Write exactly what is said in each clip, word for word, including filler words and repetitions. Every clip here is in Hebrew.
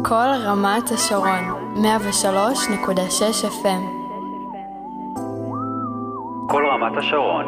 כל רמת השרון, מאה ושלוש נקודה שש אף אם. כל רמת השרון.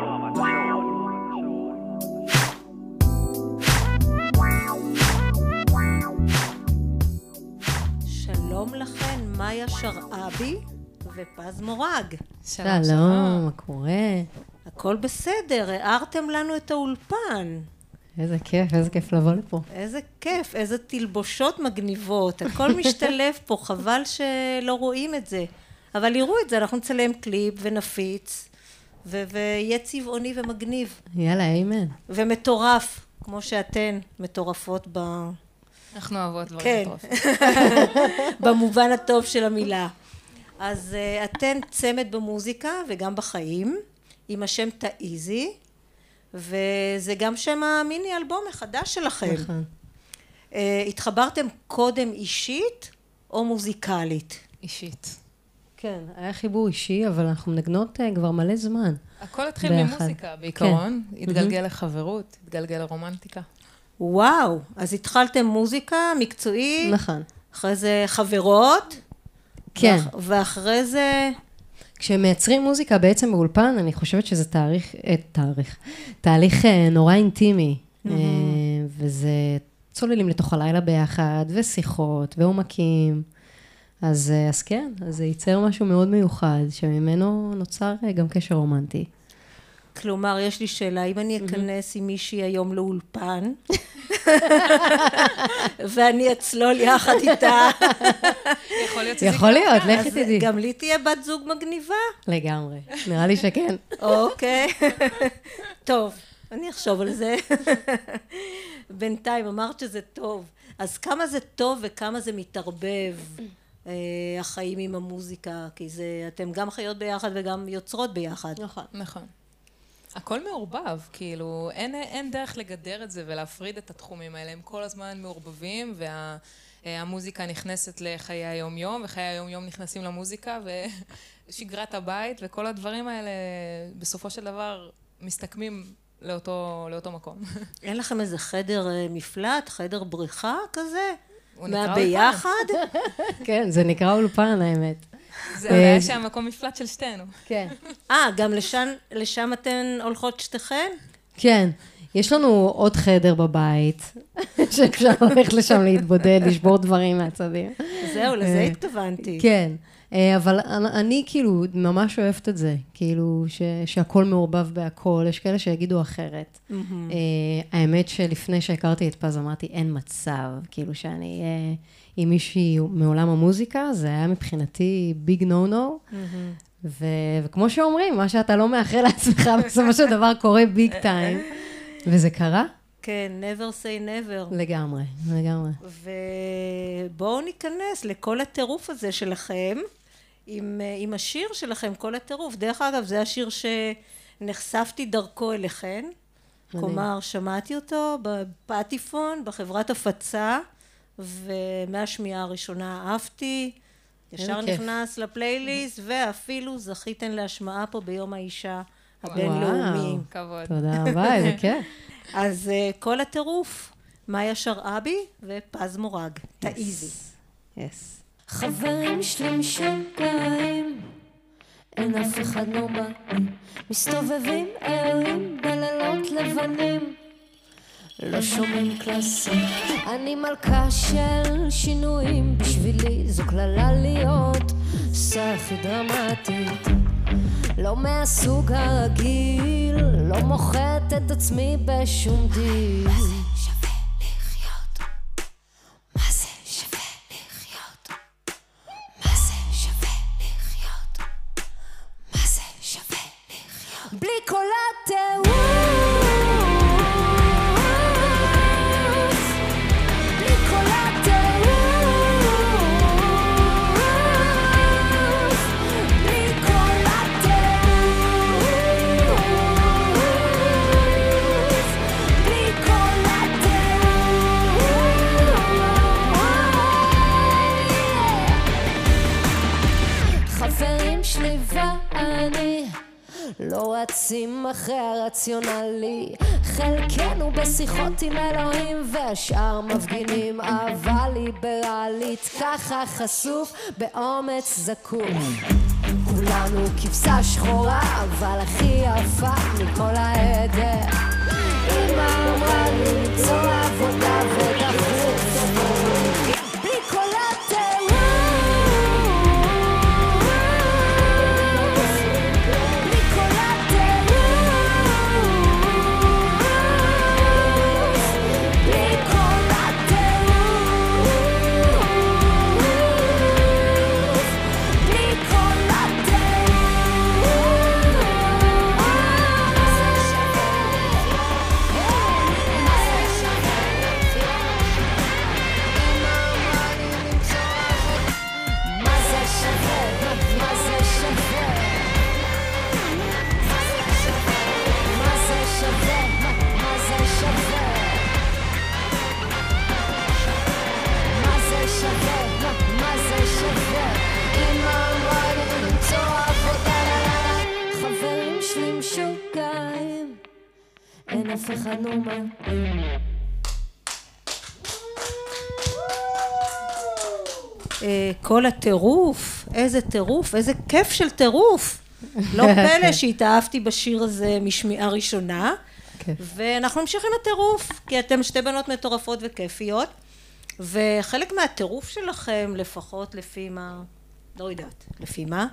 שלום לכן, מאיה שרעבי ופז מורג. שלום, מה קורה? הכל בסדר, הערתם לנו את האולפן. איזה כיף, איזה כיף לבוא לפה. איזה כיף, איזה תלבושות מגניבות. הכל משתלב פה, חבל שלא רואים את זה. אבל יראו את זה, אנחנו נצלם קליפ ונפיץ, ו- ויהיה צבעוני ומגניב. יאללה, איימן. ומטורף, כמו שאתן מטורפות ב... אנחנו אוהבות דברים כן. מטורפים. במובן הטוב של המילה. אז uh, אתן צמד במוזיקה וגם בחיים, עם השם תאיזי, וזה גם שם המיני אלבום החדש שלכם. נכון. Uh, התחברתם קודם אישית או מוזיקלית? אישית. כן, היה חיבור אישי, אבל אנחנו מנגנות uh, כבר מלא זמן. הכל התחיל ביחד. ממוזיקה בעיקרון, כן. התגלגל לחברות, התגלגל לרומנטיקה. וואו, אז התחלתם מוזיקה מקצועית, נכון. אחרי זה חברות, כן. ואח, ואחרי זה... כשמייצרים מוזיקה בעצם באולפן, אני חושבת שזה תאריך, אה, תאריך, תהליך אה, נורא אינטימי, mm-hmm. אה, וזה צוללים לתוך הלילה ביחד, ושיחות, ועומקים, אז, אה, אז כן, אז זה ייצר משהו מאוד מיוחד, שממנו נוצר אה, גם קשר רומנטי. כלומר, יש לי שאלה, אם אני אכנס עם מישהי היום לאולפן, ואני אצלול יחד איתה, יכול להיות שזה יכול להיות, לכי אז תדעי. גם לי תהיה בת זוג מגניבה? לגמרי, נראה לי שכן. אוקיי. טוב, אני אחשוב על זה. בינתיים אמרת שזה טוב. אז כמה זה טוב וכמה זה מתערבב אה, החיים עם המוזיקה? כי זה, אתם גם חיות ביחד וגם יוצרות ביחד. נכון. נכון. הכל מעורבב, כאילו, אין, אין דרך לגדר את זה ולהפריד את התחומים האלה, הם כל הזמן מעורבבים, והמוזיקה נכנסת לחיי היום-יום, וחיי היום-יום נכנסים למוזיקה, ושגרת הבית, וכל הדברים האלה, בסופו של דבר, מסתכמים לאותו, לאותו מקום. אין לכם איזה חדר מפלט, חדר בריכה כזה? הוא נקרא מהביחד? כן, זה נקרא אולפן, האמת. זה היה שם מקום מפלט של שתינו. כן. אה, גם לשם, לשם אתן הולכות שתיכן? כן, יש לנו עוד חדר בבית, שאפשר ללכת לשם להתבודד, לשבור דברים מהצדים. זהו, לזה התכוונתי. כן, אבל אני כאילו ממש אוהבת את זה, כאילו ש- שהכל מעורבב בהכל, יש כאלה שיגידו אחרת. האמת שלפני שהכרתי את פז אמרתי, אין מצב, כאילו שאני אהיה עם מישהי מעולם המוזיקה, זה היה מבחינתי ביג נו נו, ו- וכמו שאומרים, מה שאתה לא מאחל לעצמך, בסופו של דבר קורה ביג טיים, וזה קרה? כן, never say never. לגמרי, לגמרי. ובואו ניכנס לכל הטירוף הזה שלכם, עם, עם השיר שלכם, כל הטירוף. דרך אגב, זה השיר שנחשפתי דרכו אליכן. מדהים. כלומר, שמעתי אותו בפטיפון, בחברת הפצה, ומהשמיעה הראשונה אהבתי, ישר איזה כיף. נכנס לפלייליסט, ואפילו זכיתן להשמעה פה ביום האישה הבינלאומי. וואו. כבוד. תודה רבה, איזה כיף. אז uh, כל הטירוף, מאיה שרעבי ופז מורג, תאיזי. יס. חברים שלי משוגעים, אין אף אחד נורמלי, מסתובבים ערים בלילות לבנים, לא שומעים קלאסי. אני מלכה של שינויים, בשבילי זו כללה להיות סחי דרמטית, לא מהסוג הרגיל, לא מוחת את עצמי בשום דיל. מה זה שווה לחיות? מה זה שווה לחיות? מה זה שווה לחיות? מה זה שווה לחיות? בלי כל הטירוף, בלי כל הטירוף, בלי כל הטירוף, בלי כל הטירוף. חברים שלי ואני לא רצים אחרי הרציונלי, חלקנו בשיחות עם אלוהים והשאר מפגינים אהבה ליברלית, ככה חשוף באומץ זקוף. כולנו כבשה שחורה אבל הכי יפה מכל העדר. אמא אמרה לי למצוא עבודה ודחוף בלי כל הטירוף, בלי כל הטירוף, בלי כל הטירוף, בלי כל אין אף אחד נורמלי. כל הטירוף, איזה טירוף, איזה כיף של טירוף. לא פלא שהתאהבתי בשיר הזה משמיעה ראשונה, ואנחנו נמשיך עם הטירוף, כי אתם שתי בנות מטורפות וכיפיות, וחלק מהטירוף שלכם, לפחות לפי מה, לא יודעת, לפי מה,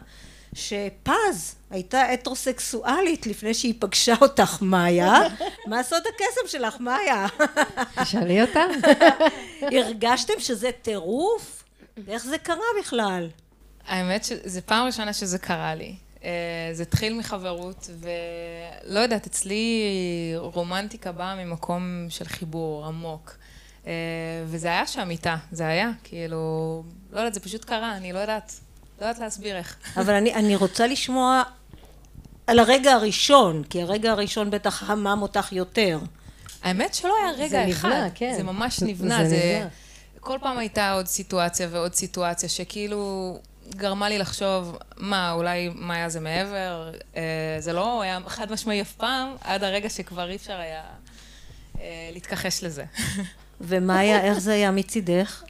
שפז הייתה הטרוסקסואלית לפני שהיא פגשה אותך, מאיה. מה סוד הקסם שלך, מאיה? תשאלי אותה. הרגשתם שזה טירוף? איך זה קרה בכלל? האמת שזה פעם ראשונה שזה קרה לי. זה התחיל מחברות, ולא יודעת, אצלי רומנטיקה באה ממקום של חיבור עמוק. וזה היה שם איתה, זה היה, כאילו, לא יודעת, זה פשוט קרה, אני לא יודעת, לא יודעת להסביר איך. אבל אני, אני רוצה לשמוע על הרגע הראשון, כי הרגע הראשון בטח המם אותך יותר. האמת שלא היה רגע אחד, נבנה, כן. זה ממש נבנה, זה, זה, זה נבנה. כל פעם הייתה עוד סיטואציה ועוד סיטואציה שכאילו גרמה לי לחשוב, מה, אולי מה היה זה מעבר, זה לא היה חד משמעי אף פעם, עד הרגע שכבר אי אפשר היה להתכחש לזה. ומאיה, איך זה היה מצידך?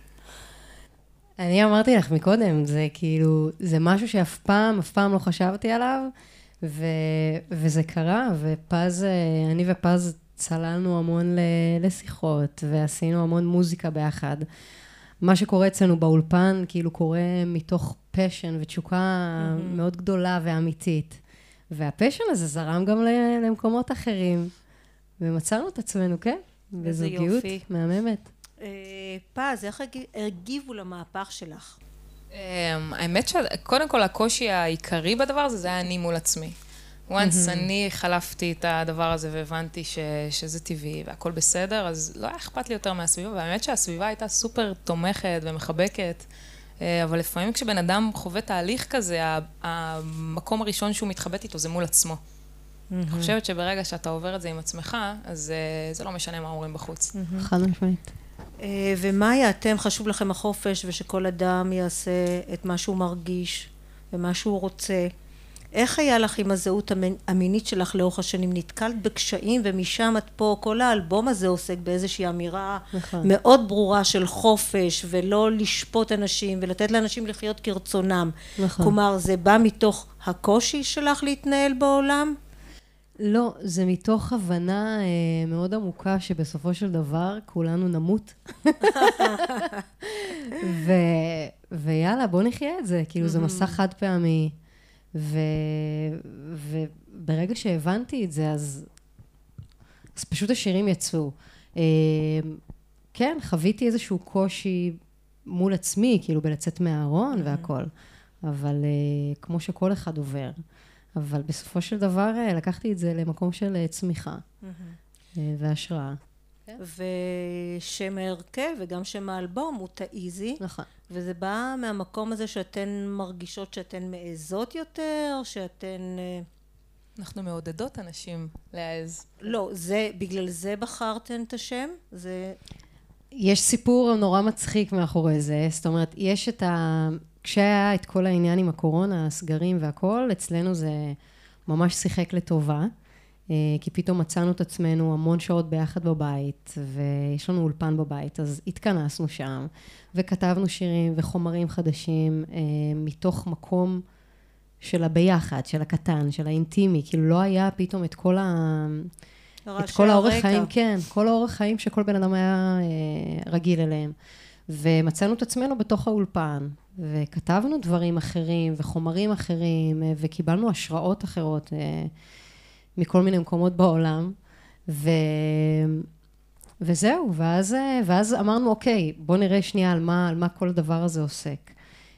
אני אמרתי לך מקודם, זה כאילו, זה משהו שאף פעם, אף פעם לא חשבתי עליו, ו, וזה קרה, ופז, אני ופז צללנו המון לשיחות, ועשינו המון מוזיקה ביחד. מה שקורה אצלנו באולפן, כאילו קורה מתוך פשן ותשוקה mm-hmm. מאוד גדולה ואמיתית. והפשן הזה זרם גם למקומות אחרים, ומצאנו את עצמנו, כן? בזוגיות מהממת. פז, איך הגיבו למהפך שלך? האמת שקודם כל הקושי העיקרי בדבר הזה, זה היה אני מול עצמי. once אני חלפתי את הדבר הזה והבנתי שזה טבעי והכל בסדר, אז לא היה אכפת לי יותר מהסביבה, והאמת שהסביבה הייתה סופר תומכת ומחבקת, אבל לפעמים כשבן אדם חווה תהליך כזה, המקום הראשון שהוא מתחבט איתו זה מול עצמו. אני חושבת שברגע שאתה עובר את זה עם עצמך, אז זה לא משנה מה אומרים בחוץ. חד משמעית. ומאיה, אתם חשוב לכם החופש ושכל אדם יעשה את מה שהוא מרגיש ומה שהוא רוצה. איך היה לך עם הזהות המינית שלך לאורך השנים? נתקלת בקשיים ומשם את פה, כל האלבום הזה עוסק באיזושהי אמירה נכון. מאוד ברורה של חופש ולא לשפוט אנשים ולתת לאנשים לחיות כרצונם. נכון. כלומר, זה בא מתוך הקושי שלך להתנהל בעולם? לא, זה מתוך הבנה אה, מאוד עמוקה שבסופו של דבר כולנו נמות. ו, ויאללה, בוא נחיה את זה. כאילו זה מסע חד פעמי. ו, וברגע שהבנתי את זה, אז, אז פשוט השירים יצאו. אה, כן, חוויתי איזשהו קושי מול עצמי, כאילו בלצאת מהארון והכל. אבל אה, כמו שכל אחד עובר. אבל בסופו של דבר לקחתי את זה למקום של צמיחה והשראה. ושם ההרכב וגם שם האלבום הוא תאיזי. נכון. וזה בא מהמקום הזה שאתן מרגישות שאתן מעזות יותר, שאתן... אנחנו מעודדות אנשים להעז. לא, זה, בגלל זה בחרתן את השם? זה... יש סיפור נורא מצחיק מאחורי זה, זאת אומרת, יש את ה... כשהיה את כל העניין עם הקורונה, הסגרים והכל, אצלנו זה ממש שיחק לטובה, כי פתאום מצאנו את עצמנו המון שעות ביחד בבית, ויש לנו אולפן בבית, אז התכנסנו שם, וכתבנו שירים וחומרים חדשים, מתוך מקום של הביחד, של הקטן, של האינטימי, כאילו לא היה פתאום את כל ה... את כל האורך חיים, כן, כל האורך חיים שכל בן אדם היה רגיל אליהם. ומצאנו את עצמנו בתוך האולפן, וכתבנו דברים אחרים, וחומרים אחרים, וקיבלנו השראות אחרות מכל מיני מקומות בעולם, ו... וזהו, ואז, ואז אמרנו, אוקיי, בוא נראה שנייה על מה, על מה כל הדבר הזה עוסק.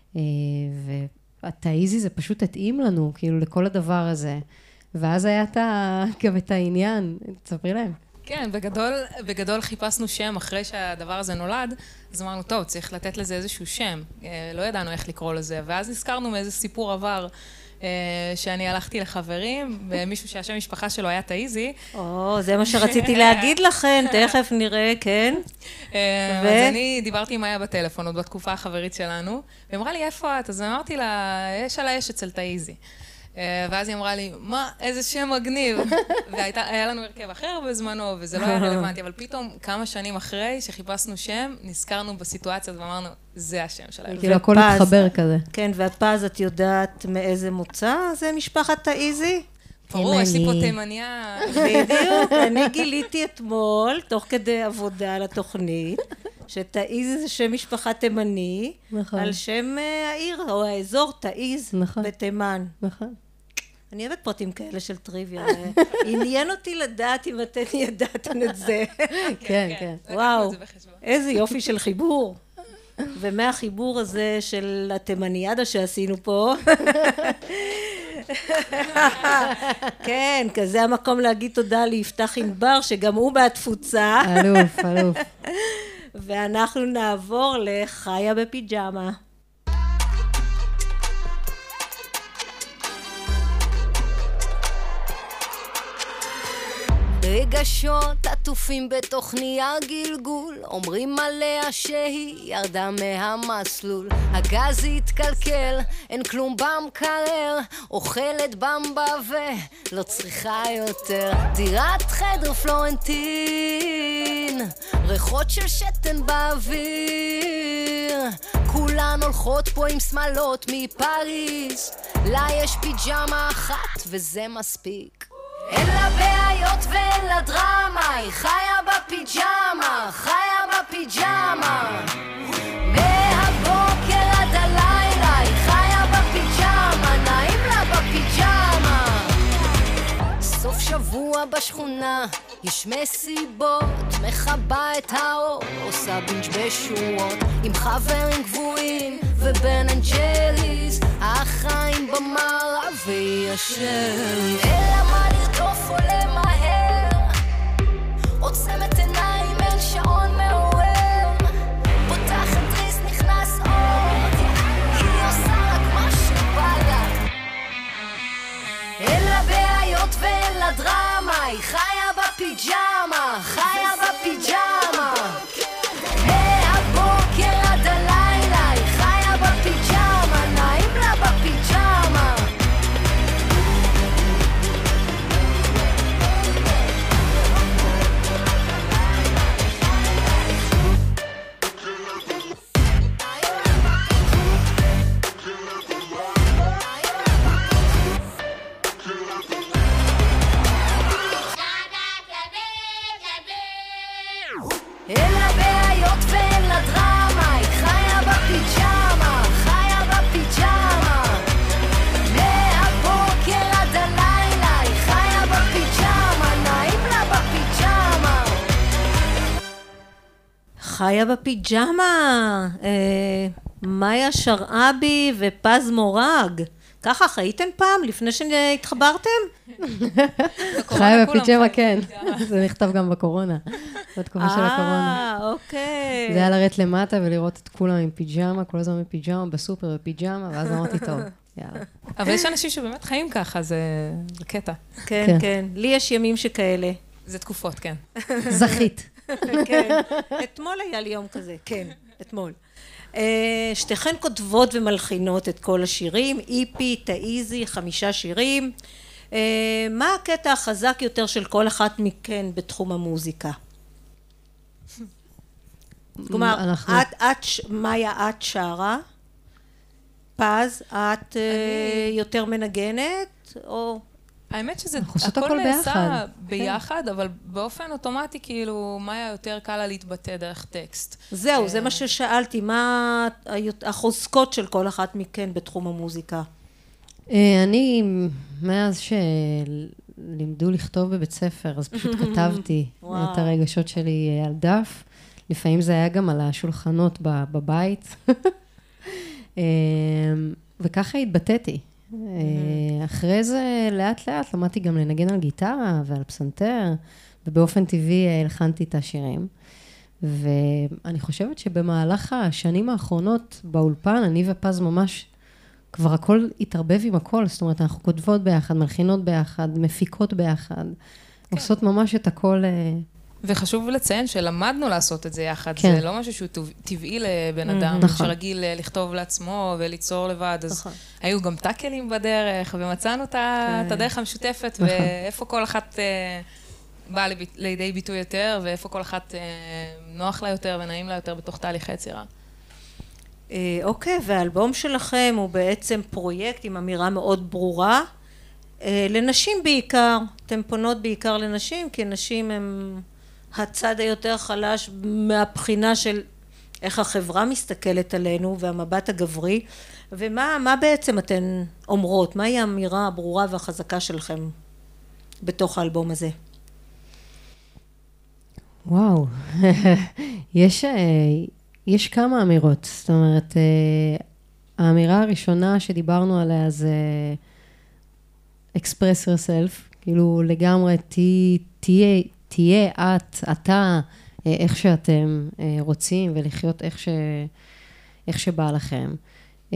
והתאיזי זה פשוט התאים לנו, כאילו, לכל הדבר הזה. ואז היה גם את העניין, תספרי להם. כן, בגדול, בגדול חיפשנו שם אחרי שהדבר הזה נולד, אז אמרנו, טוב, צריך לתת לזה איזשהו שם. לא ידענו איך לקרוא לזה, ואז נזכרנו מאיזה סיפור עבר, שאני הלכתי לחברים, ומישהו שהשם משפחה שלו היה תאיזי. או, זה מה שרציתי להגיד לכם, תכף נראה, כן. אז אני דיברתי עם מאיה בטלפון, עוד בתקופה החברית שלנו, והיא אמרה לי, איפה את? אז אמרתי לה, יש על האש אצל תאיזי. ואז היא אמרה לי, מה, איזה שם מגניב. והיה לנו הרכב אחר בזמנו, וזה לא היה רלוונטי, אבל פתאום כמה שנים אחרי שחיפשנו שם, נזכרנו בסיטואציה, ואמרנו, זה השם שלהם. כאילו הכל התחבר כזה. כן, והפז, את יודעת מאיזה מוצא זה משפחת תאיזי? ברור, יש לי פה תימניה. בדיוק, אני גיליתי אתמול, תוך כדי עבודה על התוכנית, שתאיז זה שם משפחה תימני, על שם העיר או האזור תאיז בתימן. נכון. אני אוהבת פרטים כאלה של טריוויה. עניין אותי לדעת אם אתן ידעתן את זה. כן, כן. וואו, איזה יופי של חיבור. ומהחיבור הזה של התימניאדה שעשינו פה, כן, כזה המקום להגיד תודה ליפתח ענבר, שגם הוא בהתפוצה. אלוף, אלוף. ואנחנו נעבור לחיה בפיג'מה. רגשות עטופים בתוכניה גלגול, אומרים עליה שהיא ירדה מהמסלול. הגז התקלקל, אין כלום במקרר, אוכלת במבה ולא צריכה יותר. דירת חדר פלורנטין, ריחות של שתן באוויר, כולן הולכות פה עם שמלות מפריז. לה יש פיג'מה אחת וזה מספיק. אין לה בעיות ואין לה דרמה, היא חיה בפיג'מה, חיה בפיג'מה. מהבוקר עד הלילה היא חיה בפיג'מה, נעים לה בפיג'מה. סוף שבוע בשכונה, יש מסיבות, מכבה את האור, עושה בינג' בשורות, עם חברים קבועים ובן אנד ג'ריז, החיים במערב והיא השרי. אלא מה לרדוף עולה מהר, עוצמת עיניים, אין שעון מעורר, פותחת תריס, נכנס עוד, היא עושה רק מה שבא לה. אין לה בעיות ואין לה דרמה, היא חיה בפיג'מה, חיה בפיג'מה. מהבוקר עד הלילה היא חיה בפיג'מה, נעים לה בפיג'מה. אין לה בעיות ואין לה דרמה, היא חיה בפיג'מה, חיה בפיג'מה. מהבוקר עד הלילה היא חיה בפיג'מה, נעים לה בפיג'מה. חיה בפיג'מה, אה, מאיה שרעבי ופז מורג. ככה חייתם פעם לפני שהתחברתם? חיה בפיג'מה, כן. זה נכתב גם בקורונה, בתקופה של הקורונה. אה, אוקיי. זה היה לרדת למטה ולראות את כולם עם פיג'מה, כל הזמן בפיג'מה, בסופר בפיג'מה, ואז אמרתי, טוב, יאללה. אבל יש אנשים שבאמת חיים ככה, זה קטע. כן, כן. לי יש ימים שכאלה. זה תקופות, כן. זכית. כן. אתמול היה לי יום כזה, כן, אתמול. שתיכן כותבות ומלחינות את כל השירים, איפי, תאיזי, חמישה שירים, מה הקטע החזק יותר של כל אחת מכן בתחום המוזיקה? כלומר, אנחנו- את, את, ש- מאיה, את שרה, פז, את אה, יותר מנגנת, או... האמת שזה אנחנו עושות הכל הכל נעשה ביחד. ביחד, אבל באופן אוטומטי, כאילו, מה היה יותר קל לה להתבטא דרך טקסט. זהו, זה מה ששאלתי, מה היot- החוזקות של כל אחת מכן בתחום המוזיקה? אה, אני, מאז שלימדו לכתוב בבית ספר, אז פשוט כתבתי וואו. את הרגשות שלי אה, על דף. לפעמים זה היה גם על השולחנות ב- בבית. אה, וככה התבטאתי. אה, אחרי זה, לאט לאט, למדתי גם לנגן על גיטרה ועל פסנתר, ובאופן טבעי אה, הלחנתי את השירים. ואני חושבת שבמהלך השנים האחרונות באולפן, אני ופז ממש כבר הכל התערבב עם הכל, זאת אומרת, אנחנו כותבות ביחד, מלחינות ביחד, מפיקות ביחד, עושות ממש את הכל... אה, וחשוב לציין שלמדנו לעשות את זה יחד. כן. זה לא משהו שהוא טוב- טבעי לבן אדם, נכון. שרגיל אה, לכתוב לעצמו וליצור לבד. אז נכון. היו גם טאקלים בדרך, ומצאנו את ה- את הדרך המשותפת, ואיפה כל אחת אה, באה לביט- לידי ביטוי יותר, ואיפה כל אחת אה, נוח לה יותר ונעים לה יותר בתוך תהליך היצירה. אה, אוקיי, והאלבום שלכם הוא בעצם פרויקט עם אמירה מאוד ברורה, אה, לנשים בעיקר, אתם פונות בעיקר לנשים, כי נשים הם הצד היותר חלש מהבחינה של איך החברה מסתכלת עלינו והמבט הגברי, ומה מה בעצם אתן אומרות, מהי האמירה הברורה והחזקה שלכם בתוך האלבום הזה? וואו, יש, אה, יש כמה אמירות, זאת אומרת, אה, האמירה הראשונה שדיברנו עליה זה express yourself, כאילו לגמרי תהיה, תהיה, תהיה את, אתה, אה, איך שאתם אה, רוצים ולחיות איך, ש, איך שבא לכם. אה,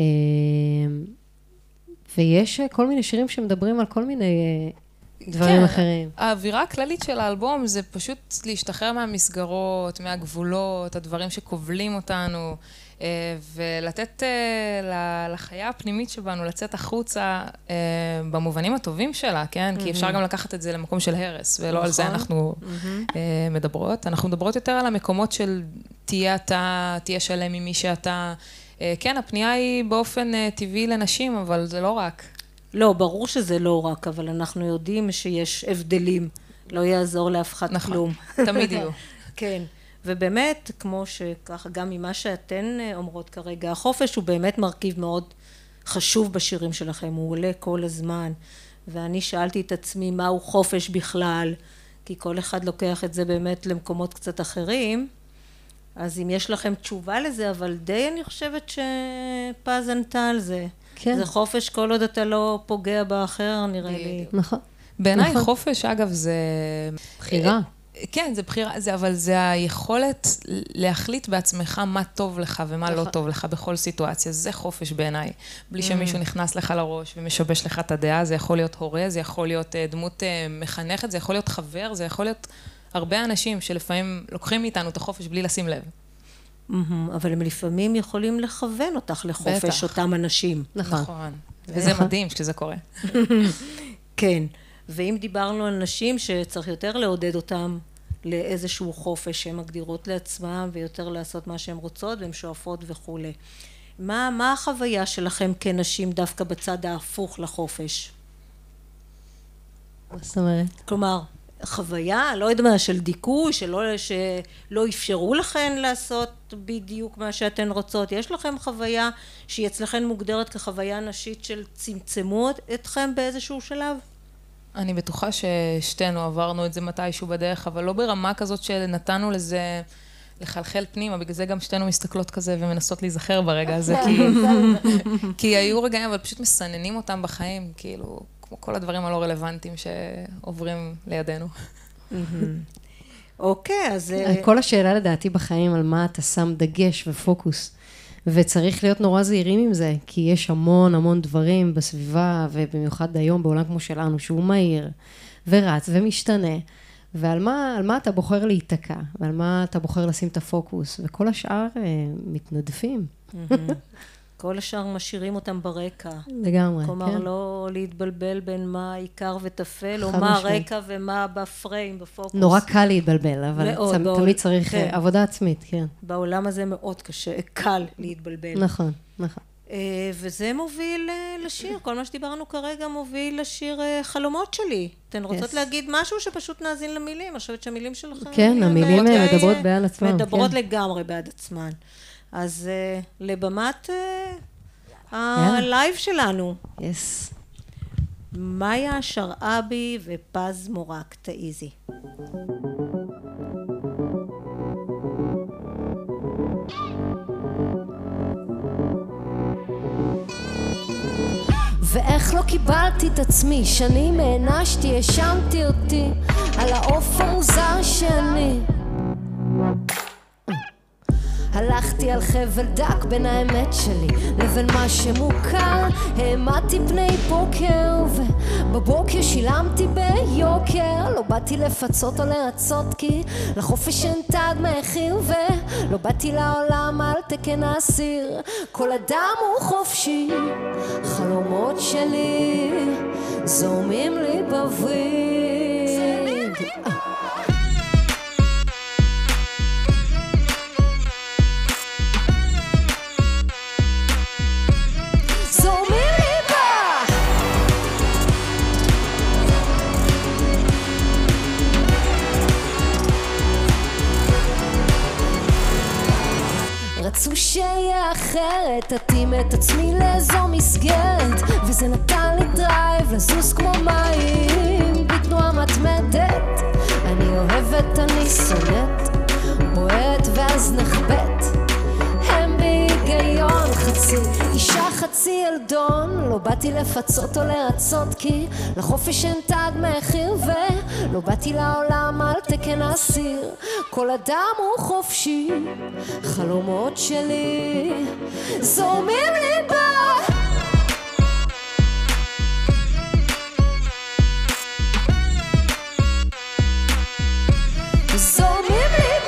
ויש אה, כל מיני שירים שמדברים על כל מיני אה, דברים כן, אחרים. האווירה הכללית של האלבום זה פשוט להשתחרר מהמסגרות, מהגבולות, הדברים שכובלים אותנו, אה, ולתת אה, ל- לחיה הפנימית שבנו לצאת החוצה אה, במובנים הטובים שלה, כן? כי אפשר גם לקחת את זה למקום של הרס, ולא על זה נכון. אנחנו אה, מדברות. אנחנו מדברות יותר על המקומות של תהיה אתה, תהיה שלם ממי שאתה. אה, כן, הפנייה היא באופן אה, טבעי לנשים, אבל זה לא רק. לא, ברור שזה לא רק, אבל אנחנו יודעים שיש הבדלים, לא יעזור לאף אחד נכון, כלום. תמיד יהיו. כן, ובאמת, כמו שככה, גם ממה שאתן אומרות כרגע, החופש הוא באמת מרכיב מאוד חשוב בשירים שלכם, הוא עולה כל הזמן, ואני שאלתי את עצמי מהו חופש בכלל, כי כל אחד לוקח את זה באמת למקומות קצת אחרים, אז אם יש לכם תשובה לזה, אבל די אני חושבת שפז ענתה על זה. כן. זה חופש כל עוד אתה לא פוגע באחר, נראה לי. נכון. בעיניי נכון. חופש, אגב, זה... בחירה. כן, זה בחירה, זה, אבל זה היכולת להחליט בעצמך מה טוב לך ומה לא טוב לך בכל סיטואציה. זה חופש בעיניי. בלי שמישהו נכנס לך לראש ומשבש לך את הדעה, זה יכול להיות הורה, זה יכול להיות אה, דמות אה, מחנכת, זה יכול להיות חבר, זה יכול להיות הרבה אנשים שלפעמים לוקחים מאיתנו את החופש בלי לשים לב. מהמם, אבל הם לפעמים יכולים לכוון אותך לחופש, בטח. אותם אנשים. נכון. נכון. וזה מדהים כשזה קורה. כן, ואם דיברנו על נשים שצריך יותר לעודד אותם לאיזשהו חופש שהן מגדירות לעצמם ויותר לעשות מה שהן רוצות והן שואפות וכולי. מה, מה החוויה שלכם כנשים דווקא בצד ההפוך לחופש? מה זאת אומרת? כלומר, חוויה, לא יודע מה, של דיכוי, שלא, שלא אפשרו לכן לעשות בדיוק מה שאתן רוצות. יש לכם חוויה שהיא אצלכן מוגדרת כחוויה נשית של צמצמו אתכם באיזשהו שלב? אני בטוחה ששתינו עברנו את זה מתישהו בדרך, אבל לא ברמה כזאת שנתנו לזה לחלחל פנימה, בגלל זה גם שתינו מסתכלות כזה ומנסות להיזכר ברגע הזה, כי, כי היו רגעים, אבל פשוט מסננים אותם בחיים, כאילו, כמו כל הדברים הלא רלוונטיים שעוברים לידינו. אוקיי, אז... כל השאלה לדעתי בחיים על מה אתה שם דגש ופוקוס, וצריך להיות נורא זהירים עם זה, כי יש המון המון דברים בסביבה, ובמיוחד היום בעולם כמו שלנו, שהוא מהיר ורץ ומשתנה, ועל מה, על מה אתה בוחר להיתקע, ועל מה אתה בוחר לשים את הפוקוס, וכל השאר אה, מתנדפים. כל השאר משאירים אותם ברקע. לגמרי, כלומר, כן. לא להתבלבל בין מה עיקר וטפל, או חד מה משמעית. הרקע ומה בפריים, בפוקוס. נורא קל להתבלבל, אבל מאוד, צ- מאוד, תמיד צריך כן. אה, עבודה עצמית, כן. בעולם הזה מאוד קשה, קל להתבלבל. נכון, נכון. אה, וזה מוביל אה, לשיר, כל מה שדיברנו כרגע מוביל לשיר אה, חלומות שלי. אתן רוצות Yes. להגיד משהו שפשוט נאזין למילים? אני חושבת שהמילים שלכם... כן, אה, המילים, מאוד, אה, אה, מדברות בעד עצמן, מדברות כן. לגמרי בעד עצמן. אז אה, לבמת אה, יאללה. הלייב שלנו, יס. מאיה שרעבי ופז מורק, תאיזי. ואיך לא קיבלתי את עצמי, שנים הענשתי, האשמתי אותי על האוף המוזר שאני. הלכתי על חבל דק בין האמת שלי לבין מה שמוכר, העמדתי פני פוקר ובבוקר שילמתי ביוקר. לא באתי לפצות או לרצות כי לחופש אין תג מחיר, ולא באתי לעולם על תקן האסיר. כל אדם הוא חופשי, חלומות שלי זורמים לי בווריד. רצו שיהיה אחרת, תתאים את עצמי לאיזו מסגרת, וזה נתן לי דרייב לזוז כמו מים בתנועה מתמדת. אני אוהבת, אני שונאת, בועט ואז נחבט, הם בהיגיון חצי אישה חצי ילדון. לא באתי לפצות או לרצות כי לחופש אין תג מחיר, ולא באתי לעולם על תקן אסיר. כל אדם הוא חופשי, חלומות שלי זורמים לי ב... זורמים לי ב...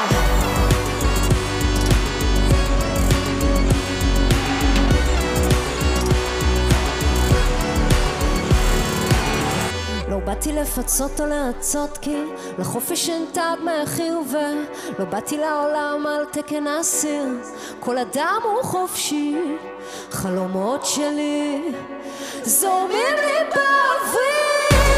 לא באתי לפצות או לרצות כי לחופש אין תג מחיר, ולא באתי לעולם על תקן אסיר. כל אדם הוא חופשי, חלומות שלי זורמים לי באוויר.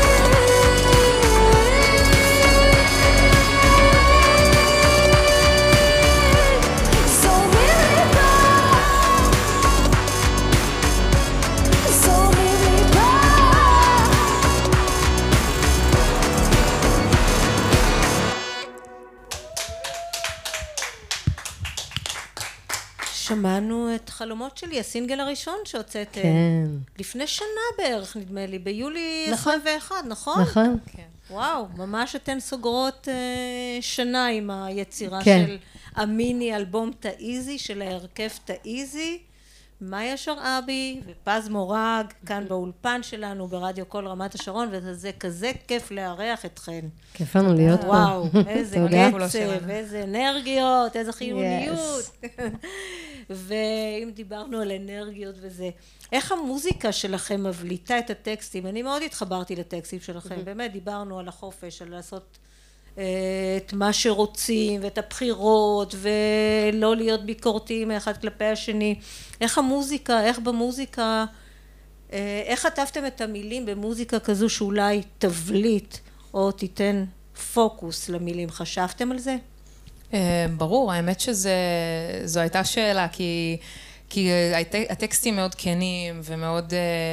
שמענו את חלומות שלי, הסינגל הראשון שהוצאת כן. לפני שנה בערך, נדמה לי, ביולי נכון. עשרים ואחת, נכון? נכון. וואו, ממש אתן סוגרות אה, שנה עם היצירה כן. של המיני אלבום תאיזי, של ההרכב תאיזי. מאיה שרעבי ופז מורג, כאן באולפן שלנו ברדיו כל רמת השרון, וזה כזה כיף לארח אתכן. כיף לנו להיות פה. וואו, איזה תודה. קצב, איזה אנרגיות, איזה חיוניות. ואם דיברנו על אנרגיות וזה, איך המוזיקה שלכם מבליטה את הטקסטים? אני מאוד התחברתי לטקסטים שלכם, באמת דיברנו על החופש, על לעשות את מה שרוצים ואת הבחירות ולא להיות ביקורתיים אחד כלפי השני. איך המוזיקה, איך במוזיקה, איך כתבתם את המילים במוזיקה כזו שאולי תבליט או תיתן פוקוס למילים? חשבתם על זה? ברור, האמת שזו הייתה שאלה, כי, כי הטקסטים מאוד כנים ומאוד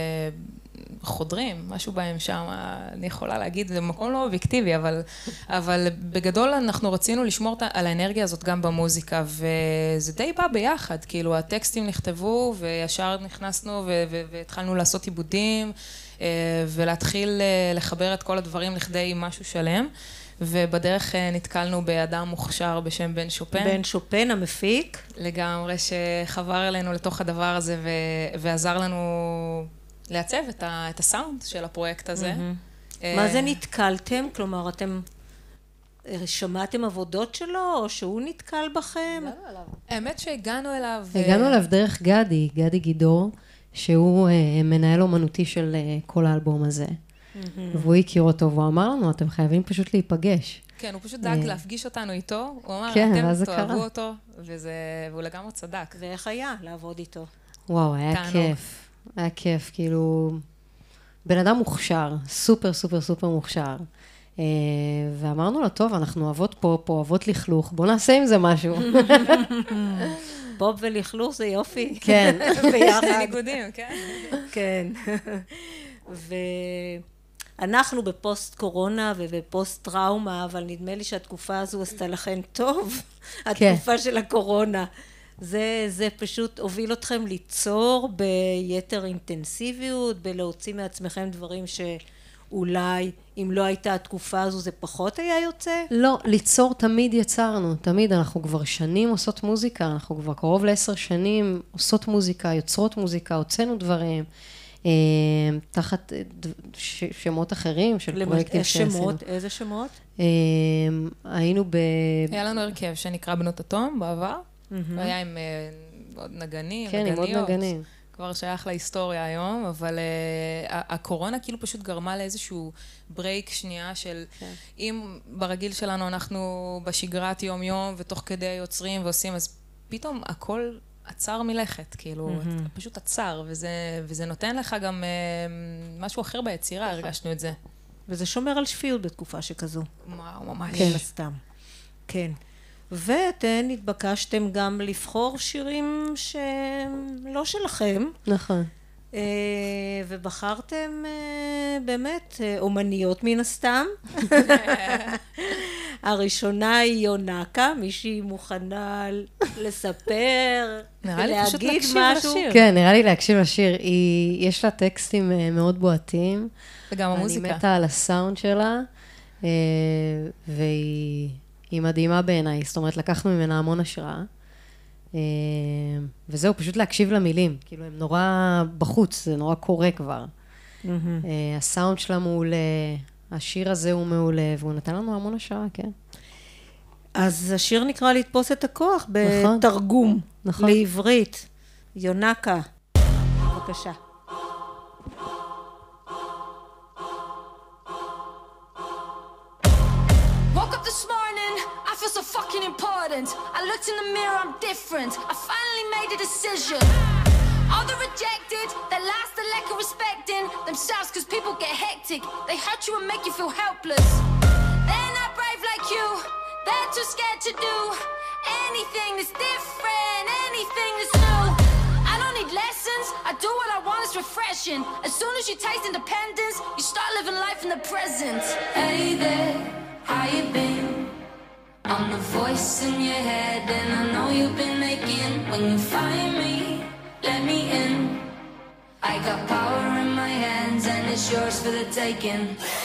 חודרים, משהו בהם שם, אני יכולה להגיד, זה מקום לא אובייקטיבי, אבל, אבל בגדול אנחנו רצינו לשמור על האנרגיה הזאת גם במוזיקה, וזה די בא ביחד, כאילו הטקסטים נכתבו וישר נכנסנו והתחלנו לעשות עיבודים, ולהתחיל לחבר את כל הדברים לכדי משהו שלם. ובדרך נתקלנו באדם מוכשר בשם בן שופן. בן שופן המפיק. לגמרי, שחבר אלינו לתוך הדבר הזה ועזר לנו לעצב את, ה, את הסאונד של הפרויקט הזה. Mm-hmm. מה זה נתקלתם? כלומר, אתם שמעתם עבודות שלו, או שהוא נתקל בכם? האמת שהגענו אליו... הגענו אליו דרך גדי, גדי גידור, שהוא מנהל אומנותי של כל האלבום הזה. והוא הכיר אותו, והוא אמר לנו, אתם חייבים פשוט להיפגש. כן, הוא פשוט דאג להפגיש אותנו איתו, הוא אמר, כן, אתם ואז זה תאהבו קרה. אותו, וזה- והוא לגמרי צדק. ואיך היה לעבוד איתו? וואו, היה תענוג. כיף. היה כיף, כאילו... בן אדם מוכשר, סופר סופר סופר מוכשר. אה, ואמרנו לו, טוב, אנחנו אוהבות פופ, אוהבות לכלוך, בוא נעשה עם זה משהו. פופ ולכלוך זה יופי. כן. ביחד. ניגודים, כן? כן. ואנחנו בפוסט קורונה ובפוסט טראומה, אבל נדמה לי שהתקופה הזו עשתה לכם טוב. התקופה של הקורונה. זה, זה פשוט הוביל אתכם ליצור ביתר אינטנסיביות, בלהוציא מעצמכם דברים שאולי אם לא הייתה התקופה הזו זה פחות היה יוצא? לא, ליצור תמיד יצרנו, תמיד, אנחנו כבר שנים עושות מוזיקה, אנחנו כבר קרוב לעשר שנים עושות מוזיקה, יוצרות מוזיקה, הוצאנו דברים, אה, תחת אה, ד- ש- שמות אחרים של פרויקטים שעשינו. שמות, איזה שמות? אה, היינו ב... היה לנו הרכב שנקרא בנות אטום בעבר, הוא היה עם אה, עוד נגנים, כן, עם עוד נגניות. נגנים. כבר שייך להיסטוריה היום, אבל uh, הקורונה כאילו פשוט גרמה לאיזשהו ברייק שנייה של אם ברגיל שלנו אנחנו בשגרת יום יום ותוך כדי יוצרים ועושים, אז פתאום הכל עצר מלכת, כאילו, פשוט עצר, וזה, וזה נותן לך גם uh, משהו אחר ביצירה, הרגשנו את זה. וזה שומר על שפיות בתקופה שכזו. וואו, ממש. כן. סתם. כן. ואתן התבקשתם גם לבחור שירים שהם לא שלכם, נכון. אה, ובחרתם אה, באמת אה, אומניות מן הסתם. הראשונה היא יונקה, מישהי מוכנה לספר, נראה לי פשוט להגיד להקשיב משהו. לשיר. כן, נראה לי להקשיב לשיר. היא, יש לה טקסטים אה, מאוד בועטים. וגם המוזיקה. אני מתה על הסאונד שלה, אה, והיא היא מדהימה בעיניי. זאת אומרת, לקחנו ממנה המון השראה. אה, וזהו, פשוט להקשיב למילים. כאילו, הם נורא בחוץ, זה נורא קורה כבר. אה, הסאונד שלה מעולה, השיר הזה הוא מעולה, והוא נתן לנו המון השראה, כן. אז השיר נקרא לתפוס את הכוח נכון. בתרגום נכון. לעברית. יונקה, בבקשה. Woke up this morning, I feel so fucking important. I looked in the mirror, I'm different. I finally made a decision. All the rejected, they lost the lack of respecting themselves cause people get hectic. They hurt you and make you feel helpless. They're not brave like you, they're too scared to do anything that's different, anything that's new. I don't need lessons, I do what I want, it's refreshing. As soon as you taste independence, you start living life in the present. Hey there, how you been? I'm the voice in your head and I know you've been making. When you find me, let me in. I got power in my hands and it's yours for the taking.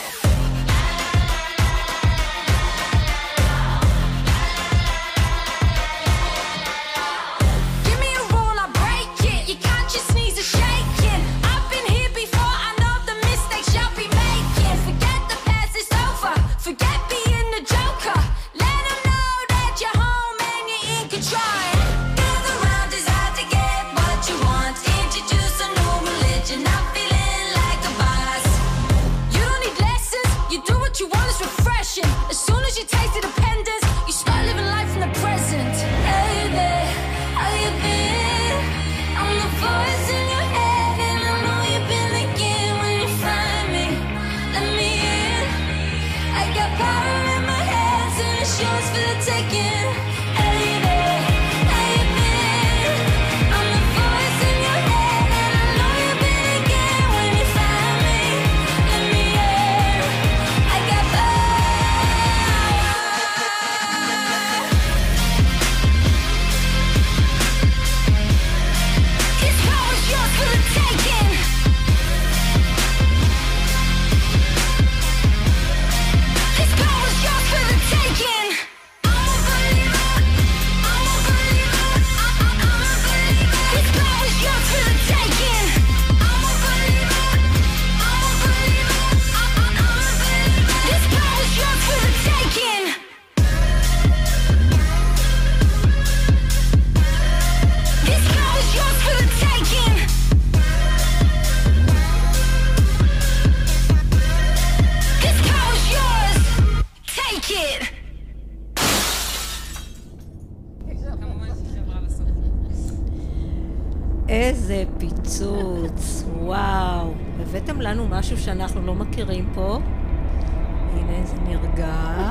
Give me a rule, I'll break it. You can't just sneeze or shaking. I've been here before, I know the mistakes you'll be making. Forget the past, it's over. Forget being the joker. Let them know that you're home and you're in control. Gather round, it's hard to get what you want. Introduce a new religion, I'm feeling like a boss. You don't need lessons. איזה פיצוץ, וואו. הבאתם לנו משהו שאנחנו לא מכירים פה. הנה, זה נרגע.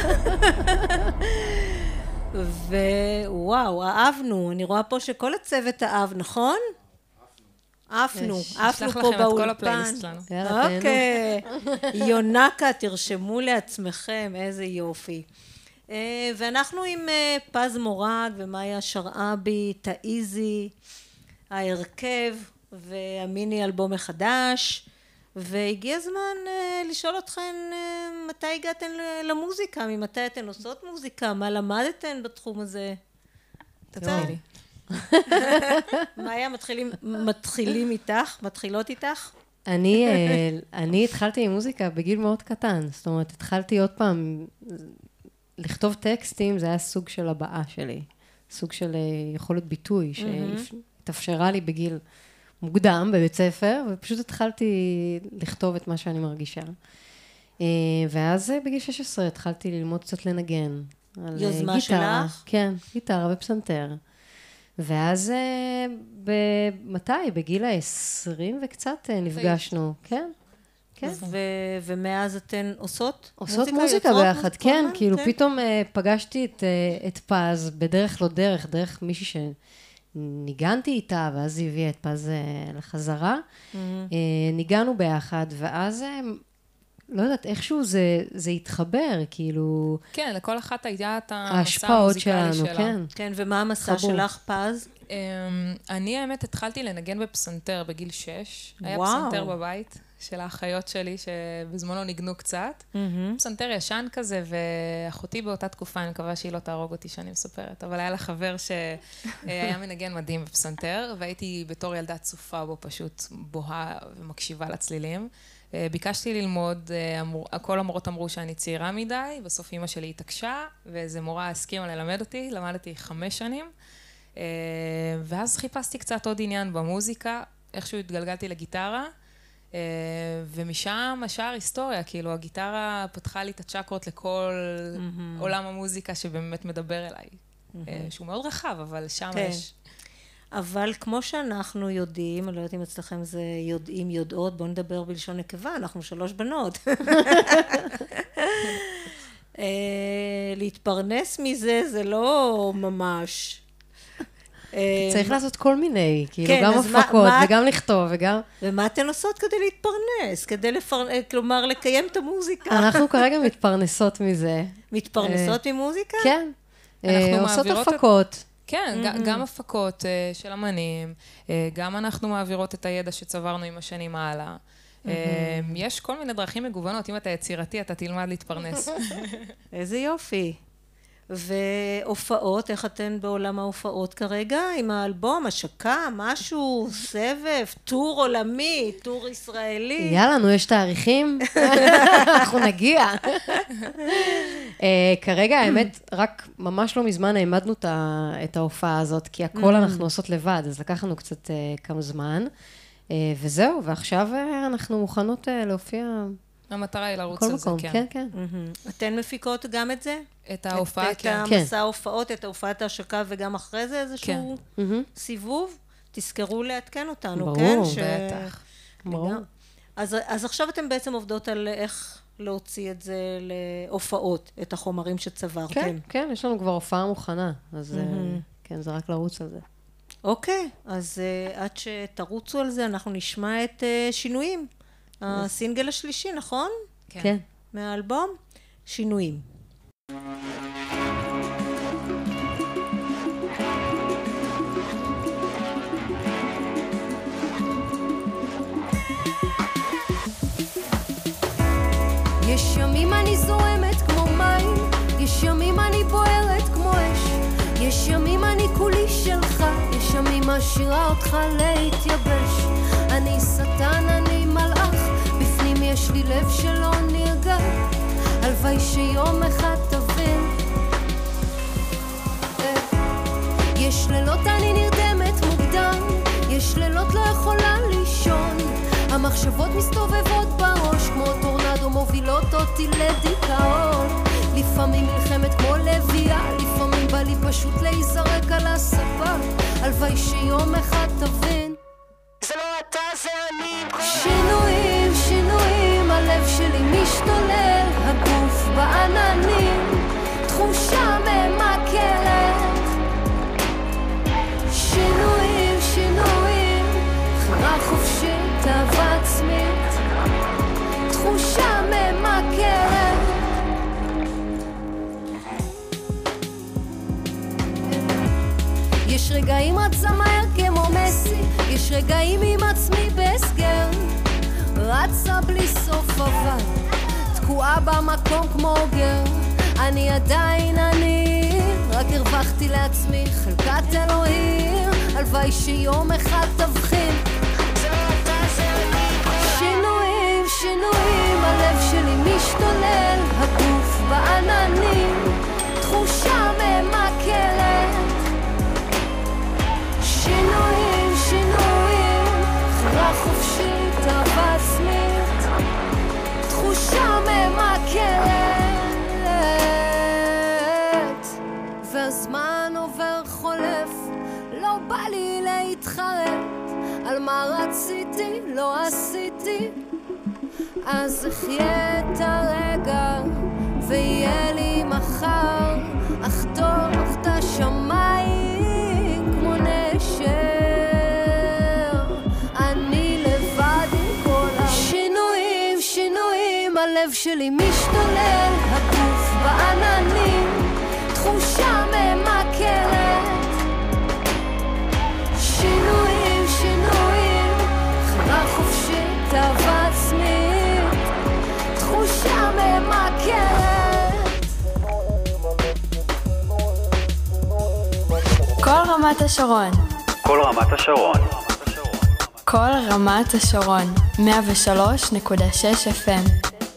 ווואו, אהבנו. אני רואה פה שכל הצוות אהב, נכון? אהבנו, אהבנו פה באולפן. נשלח לכם את כל הפלייליסט שלנו. אוקיי. יונקה, תרשמו לעצמכם, איזה יופי. ואנחנו עם פז מורג ומאיה שרעבי, תאיזי, ההרכב והמיני אלבום החדש, והגיע הזמן לשאול אתכן מתי הגעתן למוזיקה, ממתי אתן עושות מוזיקה, מה למדתן בתחום הזה? תתחילי. מאיה, מתחילים, מתחילים איתך, מתחילות איתך? אני, אני התחלתי עם מוזיקה בגיל מאוד קטן, זאת אומרת, התחלתי עוד פעם לכתוב טקסטים, זה היה סוג של הבעה שלי, סוג של יכולת ביטוי, שהתאפשרה לי בגיל מוקדם בבית ספר, ופשוט התחלתי לכתוב את מה שאני מרגישה. ואז בגיל שש עשרה התחלתי ללמוד קצת לנגן. יוזמה גיטרה, שלך? כן, גיטרה ופסנתר. ואז מתי? בגיל ה-עשרים וקצת נפגשנו, כן. כן. ו- ומאז אתן עושות? עושות מוזיקה ביחד, כן, כאילו פתאום פגשתי את, את פז בדרך לא דרך, דרך מישהי שניגנתי איתה, ואז היא הביאה את פז לחזרה. ניגענו ביחד, ואז לא יודעת, איכשהו זה, זה התחבר, כאילו... כן, לכל אחת הייתה את המסע ההשפעות המוזיקלי שלנו, שלה. כן. כן, ומה המסע חבור. שלך, פז? Um, אני האמת התחלתי לנגן בפסנתר בגיל שש. היה וואו. פסנתר בבית של האחיות שלי, שבזמנו ניגנו קצת. פסנתר ישן כזה, ואחותי באותה תקופה, אני מקווה שהיא לא תהרוג אותי שאני מספרת, אבל היה לה חבר שהיה מנגן מדהים בפסנתר, והייתי בתור ילדה צופה בו פשוט בוהה ומקשיבה לצלילים. ביקשתי ללמוד, אמור, כל המורות אמרו שאני צעירה מדי, בסוף אמא שלי התעקשה, ואיזה מורה הסכימה ללמד אותי, למדתי חמש שנים, ואז חיפשתי קצת עוד עניין במוזיקה, איכשהו התגלגלתי לגיטרה, ומשם השאר היסטוריה, כאילו הגיטרה פתחה לי את הצ'קרות לכל mm-hmm. עולם המוזיקה שבאמת מדבר אליי, mm-hmm. שהוא מאוד רחב, אבל שם כן. יש... אבל כמו שאנחנו יודעים, אני לא יודעת אם אצלכם זה יודעים, יודעות, בואו נדבר בלשון נקבה, אנחנו שלוש בנות. להתפרנס מזה זה לא ממש. צריך לעשות כל מיני, כאילו כן, גם אז מה- הפקות מה- וגם לכתוב וגם... ומה אתן עושות כדי להתפרנס? כדי לפרנס, כלומר לקיים את המוזיקה? אנחנו כרגע מתפרנסות מזה. מתפרנסות ממוזיקה? כן. אנחנו אה, עושות מעבירות את- הפקות. כן, mm-hmm. גם הפקות uh, של אמנים, uh, גם אנחנו מעבירות את הידע שצברנו עם השנים הלאה. Mm-hmm. Uh, יש כל מיני דרכים מגוונות, אם אתה יצירתי, אתה תלמד להתפרנס. איזה יופי. והופעות, איך אתן בעולם ההופעות כרגע? עם האלבום, השקה, משהו, סבב, טור עולמי, טור ישראלי. יאללה, נו, יש תאריכים, אנחנו נגיע. uh, כרגע, האמת, רק ממש לא מזמן העמדנו את ה- את ההופעה הזאת, כי הכל אנחנו עושות לבד, אז לקח לנו קצת uh, כמה זמן. Uh, וזהו, ועכשיו uh, אנחנו מוכנות uh, להופיע המטרה היא לרוץ בכל על זה, מקום. כן. כן, כן. אתן מפיקות גם את זה? את ההופעה, את כן. המסע ההופעות, את ההופעת ההשקה, וגם אחרי זה איזשהו מהמם. סיבוב? תזכרו לעדכן אותנו, ברור, כן? בטח. ברור. אז, אז עכשיו אתם בעצם עובדות על איך להוציא את זה להופעות, את החומרים שצברתם. כן, כן, יש לנו כבר הופעה מוכנה, אז uh, כן, זה רק לרוץ על זה. אוקיי, אז uh, עד שתרוצו על זה, אנחנו נשמע את uh, שינויים. הסינגל השלישי, נכון? כן. כן. מהאלבום? שינויים. יש ימים אני זורמת כמו מים, יש ימים אני בוערת כמו אש, יש ימים אני כולי שלך, יש ימים משאירה אותך להתייבש. אני שטן, אני מלאך, בפנים יש לי לב שלא נרגע, הלוואי שיום אחד תבין. יש לילות אני נרדמת מוקדם, יש לילות לא יכולה לישון, המחשבות מסתובבות בראש כמו טורנדו מובילות אותי לדיכאון. לפעמים מלחמת כמו לביאה, לפעמים בא לי פשוט להיזרק על הספה, הלוואי שיום אחד תבין. יש רגעים רצה מהר כמו מסי, יש רגעים עם עצמי בהסגר, רצה בלי סוף אבל תקועה במקום כמו גר. אני עדיין אני, רק הרווחתי לעצמי חלקת אלוהים, הלוואי שיום אחד תבחין. שינויים, שינויים, הלב שלי משתולל, הגוף בעננים, תחושה ממכרת. שינויים, שינויים, חברה חופשית, אהבה עצמית, תחושה ממכרת. והזמן עובר חולף, לא בא לי להתחרט, על מה רציתי לא עשיתי, אז אחיה את הרגע ויהיה לי מחר, אחתוך את השמיים כמו נשר, אני לבד עם כל השינויים, שינויים, הלב שלי משתולל, הגוף בעננים, תחושה ממכרת. שינויים, שינויים, חברה חופשית, אהבה עצמית, תחושה ממכרת. כל רמת השרון. כל רמת השרון. כל רמת השרון. מאה ושלוש נקודה שש אף אם.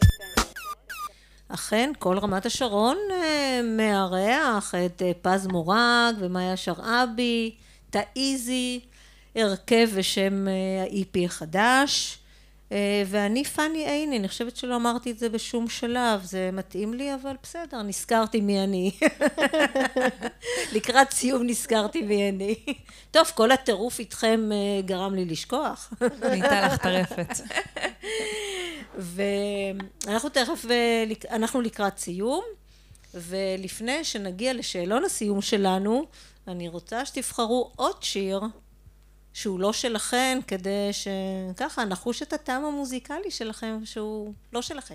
אכן, כל רמת השרון מארח את פז מורג ומאיה שרעבי, תאיזי, הרכב ושם ה-אי פי החדש, ואני פני עיני, אני חושבת שלא אמרתי את זה בשום שלב, זה מתאים לי, אבל בסדר, נזכרתי מי אני. לקראת סיום נזכרתי מי אני. טוב, כל הטירוף איתכם גרם לי לשכוח. נהייתה לך טרפת. ואנחנו תכף, אנחנו לקראת סיום, ולפני שנגיע לשאלון הסיום שלנו, אני רוצה שתבחרו עוד שיר שהוא לא שלכם, כדי שככה נחוש את הטעם המוזיקלי שלכם, שהוא לא שלכם.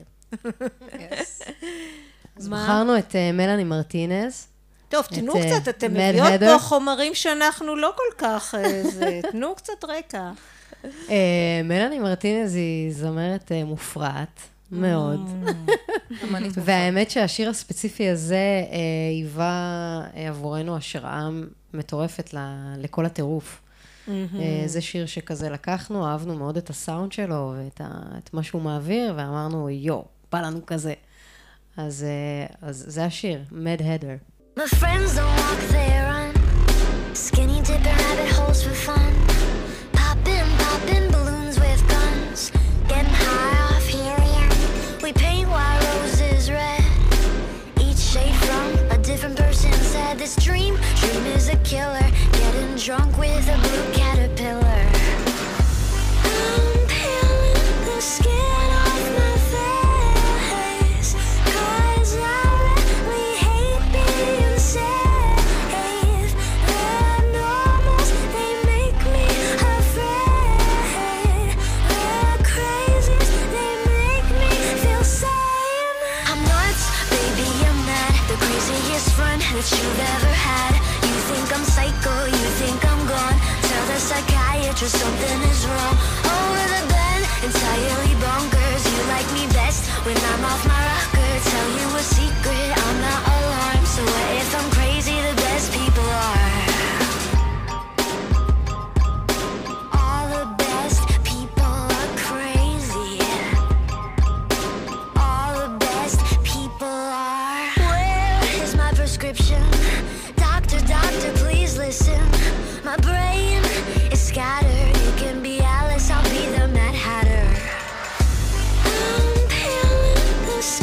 אז בחרנו את מלאני מרטינז. טוב, תנו קצת, אתם מביאות פה חומרים שאנחנו לא כל כך, תנו קצת רקע. מלאני מרטינז היא זמרת מופרעת מאוד. והאמת שהשיר הספציפי הזה היווה עבורנו השראה מטורפת לכל הטירוף. זה שיר שכזה לקחנו, אהבנו מאוד את הסאונד שלו ואת מה שהוא מעביר, ואמרנו, יו, בא לנו כזה. אז זה השיר, Mad Heather. My friends don't walk, they run, skinny dipping rabbit holes for fun, popping, popping balloons with guns, getting high off helium. We paint white roses red, each shade from a different person said this dream, dream is a killer, getting drunk with a blue caterpillar. I'm peeling the skin off my face, 'cause I really hate being safe. The normals, they make me afraid. The crazies, they make me feel sane. I'm nuts, baby, I'm mad, the craziest friend that you've ever had. You think I'm psycho, you think I'm gone. Tell the psychiatrist something is wrong. Over the bed, entirely bonkers. You like me best when I'm off my rocker. Tell you a secret, I'm not alarmed. So what if I'm crazy, the best people are? All the best people are crazy. All the best people are. Where is my prescription? Doctor, doctor, please listen. My brain is scattered. You can be Alice, I'll be the Mad Hatter. I'm peeling the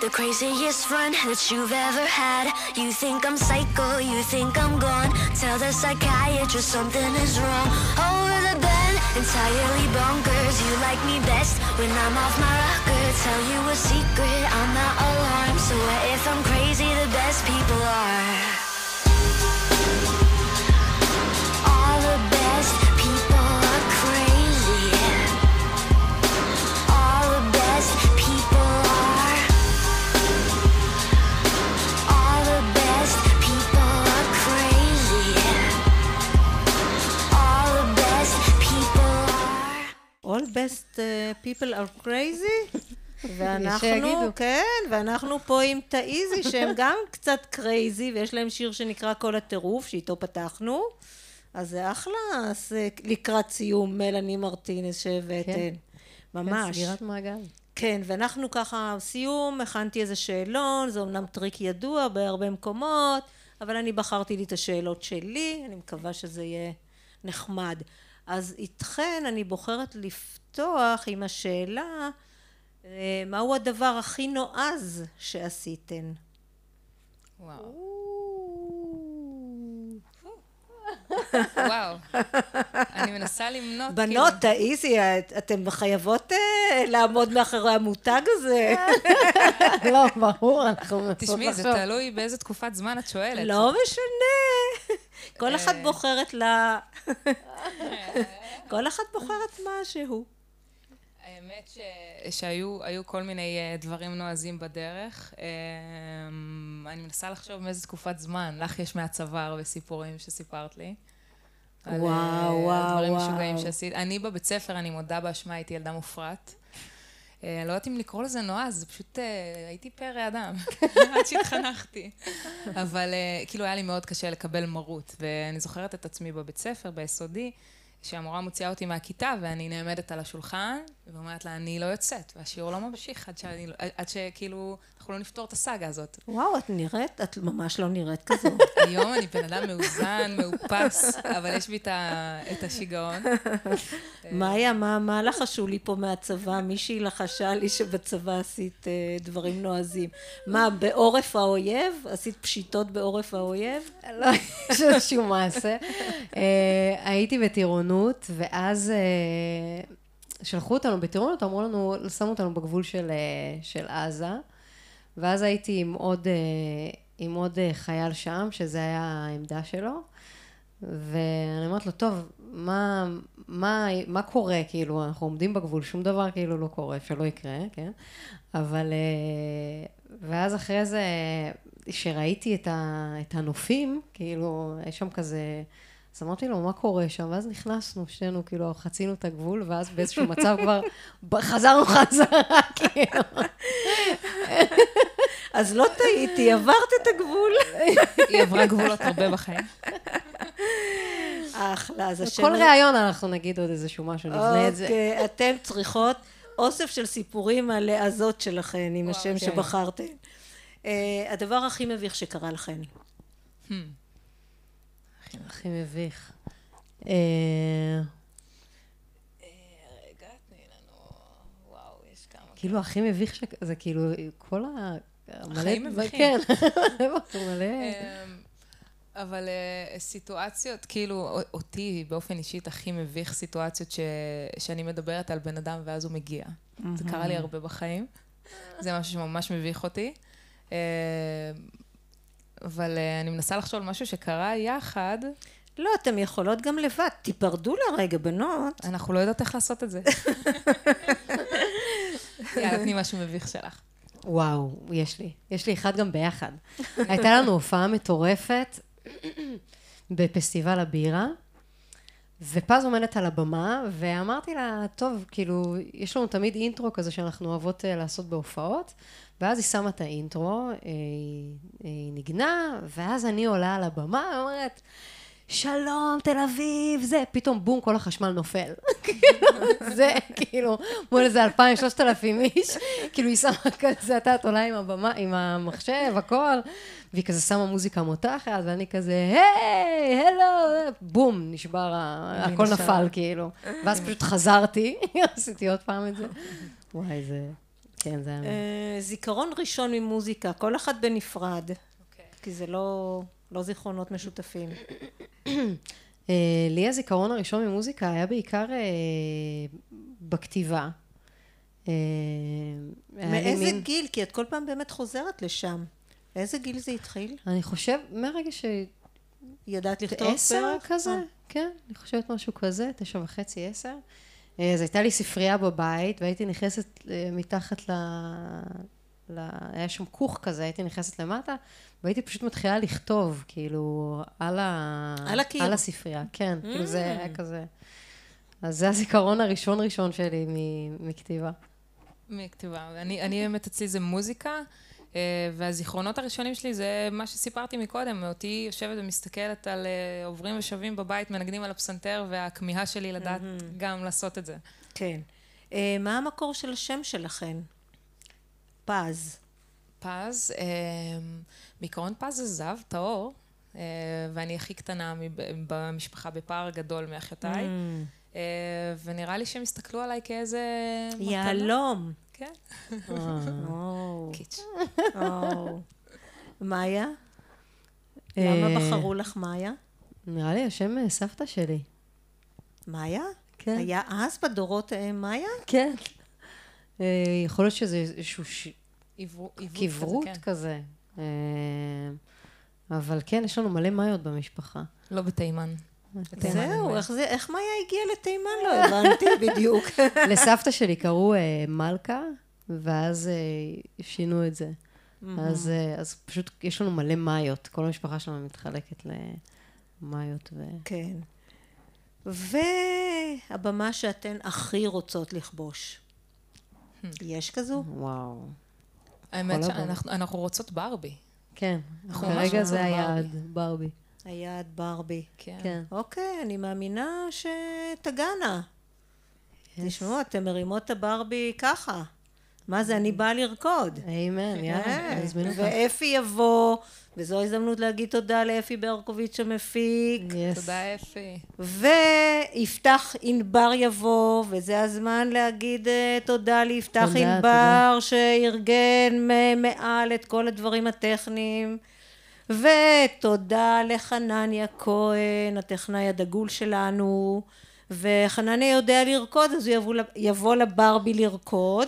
the craziest run that you've ever had. You think I'm psycho, you think I'm gone. Tell the psychiatrist something is wrong. Over the bed, entirely bonkers. You like me best when I'm off my rocker. Tell you a secret, I'm not alarmed. So what if I'm crazy, the best people are. All the best people are crazy. All the best people are. All the best people are crazy. All the best people are. All best uh, people are crazy? ואנחנו, שיגידו. כן, ואנחנו פה עם תאיזי שהם גם קצת קרייזי, ויש להם שיר שנקרא כל הטירוף, שאיתו פתחנו, אז זה אחלה, אז לקראת סיום מלאני מרטינס שהבאתן, כן. ממש. סגירת מעגל. כן, ואנחנו ככה, סיום, הכנתי איזה שאלון, זה אומנם טריק ידוע בהרבה מקומות, אבל אני בחרתי לי את השאלות שלי, אני מקווה שזה יהיה נחמד. אז איתכן אני בוחרת לפתוח עם השאלה, מהו הדבר הכי נועז שעשיתן? וואו. וואו. אני מנסה למנות. בנות, תאיזי, אתן חייבות לעמוד מאחורי המותג הזה. לא, ברור, אנחנו מנסות לחשוב. תשמעי, זה תלוי באיזה תקופת זמן את שואלת. לא משנה. כל אחת בוחרת לה... כל אחת בוחרת משהו. האמת ש... שהיו היו כל מיני דברים נועזים בדרך. אני מנסה לחשוב מאיזה תקופת זמן. לך יש מהצוואר וסיפורים שסיפרת לי. וואו, וואו, וואו. דברים משוגעים שעשית. אני בבית ספר, אני מודה באשמה, הייתי ילדה מופרט. לא יודעת אם לקרוא לזה נועז, זה פשוט הייתי פרא אדם, עד שהתחנכתי. אבל כאילו היה לי מאוד קשה לקבל מרות, ואני זוכרת את עצמי בבית ספר, ביסודי, שהמורה מוציאה אותי מהכיתה, ואני נעמדת על השולחן, ואומרת לה, אני לא יוצאת, והשיעור לא ממשיך, עד, שאני, עד שכאילו, אנחנו לא נפתור את הסאגה הזאת. וואו, את נראית, את ממש לא נראית כזו. היום אני בן אדם מאוזן, מאופס, אבל יש בי את השיגעון. מאיה, מה, מה לחשו לי פה מהצבא? מישהי לחשה לי שבצבא עשית דברים נועזים. מה, בעורף האויב? עשית פשיטות בעורף האויב? לא, יש איזשהו מעשה. הייתי בטירונות, ואז שלחו אותנו בטירונות, אמרו לנו, שמו אותנו בגבול של עזה, ואז הייתי עם עוד, עם עוד חייל שם, שזה היה העמדה שלו, ואני אומרת לו, טוב, מה, מה, מה קורה? כאילו, אנחנו עומדים בגבול, שום דבר כאילו לא קורה, שלא יקרה, כן? אבל, ואז אחרי זה, שראיתי את, ה, את הנופים, כאילו, יש שם כזה, אז אמרתי לו, מה קורה שם? ואז נכנסנו שנינו, כאילו, חצינו את הגבול, ואז באיזשהו מצב כבר חזרנו חזרה, כאילו. אז לא טעיתי, עברת את הגבול. היא עברה גבולות הרבה בחיים. אחלה, אז השם... כל ראיון אנחנו נגיד עוד איזשהו משהו, נבנה את זה. אוקיי, אתם צריכות אוסף של סיפורים על העזות שלכן, עם השם שבחרתן. הדבר הכי מביך שקרה לכן. הכי מביך. רגע, תני לנו, וואו, יש כמה... כאילו, הכי מביך שזה כאילו, כל ה... החיים מביכים. כן, מלא. אבל סיטואציות, כאילו, אותי באופן אישית הכי מביך סיטואציות שאני מדברת על בן אדם ואז הוא מגיע. זה קרה לי הרבה בחיים. זה משהו שממש מביך אותי. אבל אני מנסה לחשוב על משהו שקרה יחד. לא, אתם יכולות גם לבד. תיפרדו לרגע, בנות. אנחנו לא יודעות איך לעשות את זה. יאללה, תני משהו מביך שלך. וואו, יש לי. יש לי אחד גם ביחד. הייתה לנו הופעה מטורפת בפסטיבל הבירה, ופז עומדת על הבמה, ואמרתי לה, טוב, כאילו, יש לנו תמיד אינטרו כזה שאנחנו אוהבות לעשות בהופעות, ואז היא שמה את האינטרו, היא, היא נגנה, ואז אני עולה על הבמה, ואומרת, שלום, תל אביב, זה, פתאום בום, כל החשמל נופל. זה, כאילו, מול איזה אלפיים, שלושת אלפים איש, כאילו, היא שמה כזה, אתה עולה עם הבמה, עם המחשב, הכל, והיא כזה שמה מוזיקה מותחת, ואני כזה, היי, הלו, בום, נשבר, הכל נפל, כאילו. ואז פשוט חזרתי, עשיתי עוד פעם את זה. וואי, זה... כן, זה היה... אה, זיכרון ראשון ממוזיקה, כל אחד בנפרד, אוקיי. כי זה לא, לא זיכרונות משותפים. אה, לי הזיכרון הראשון ממוזיקה היה בעיקר אה, בכתיבה. אה, היה לי מאיזה מין- גיל? כי את כל פעם באמת חוזרת לשם. איזה גיל זה התחיל? אני חושב, מהרגע ש... ידעת לכתוב עשר בערך? כזה, אה. כן, אני חושבת משהו כזה, תשע וחצי, עשר. אה, אז הייתה לי ספרייה בבית, והייתי נכנסת אה, מתחת ל... ל... היה שם כוך כזה, הייתי נכנסת למטה, והייתי פשוט מתחילה לכתוב, כאילו, על, ה... על הקיר. על הספרייה, כן, כאילו זה היה כזה. אז זה הזיכרון הראשון ראשון שלי מ... מכתיבה. מכתיבה. אני, אני באמת אצלי זה מוזיקה, אה, והזיכרונות הראשונים שלי זה מה שסיפרתי מקודם, אותי יושבת ומסתכלת על אה, עוברים ושבים בבית, מנגנים על הפסנתר, והכמיהה שלי לדעת גם לעשות את זה. כן. אה, מה המקור של השם שלכן? פז. פז, אה, בעיקרון פז זה זב, טהור, אה, ואני הכי קטנה מב- במשפחה בפער גדול מאחיותיי, אה, ונראה לי שהם הסתכלו עליי כאיזה מתנה. יהלום. כן. או, קיץ'. או. מאיה? אה, למה בחרו לך מאיה? נראה לי השם אה, סבתא שלי. מאיה? כן. היה אז בדורות אה, מאיה? כן. אה, יכול להיות שזה איזשהו ש... עיוור- עיוות קברות כזה, כן. כזה. אה, אבל כן, יש לנו מלא מאיות במשפחה. לא בתימן. בתימן זהו, אין איך זה- איך מאיה הגיעה לתימן? לא הבנתי בדיוק. לסבתא שלי קראו אה, מלכה, ואז אה, שינו את זה. אז, אה, אז פשוט יש לנו מלא מאיות. כל המשפחה שלנו מתחלקת למאיות. ו... כן. והבמה שאתן הכי רוצות לכבוש. יש כזו? וואו. האמת כל הבמה. שאנחנו אנחנו רוצות ברבי. כן, אנחנו כרגע ממש זה רוצות היעד, ברבי. היעד ברבי. כן. כן. אוקיי, אני מאמינה שתגענה. תשמעו, אתם מרימות את הברבי ככה. מה זה, אני באה לרקוד. אמן, יאללה, אה, אני אזמין אותך. ואפי יבוא, וזו הזדמנות להגיד תודה לאפי ברקוביץ' המפיק. Yes. תודה אפי. ויפתח ענבר יבוא, וזה הזמן להגיד אה, תודה ליפתח תודה, ענבר, שארגן מ- מעל את כל הדברים הטכניים. ותודה לחנניה כהן, הטכנאי הדגול שלנו. וחנניה יודע לרקוד, אז הוא יבוא, יבוא לברבי לרקוד.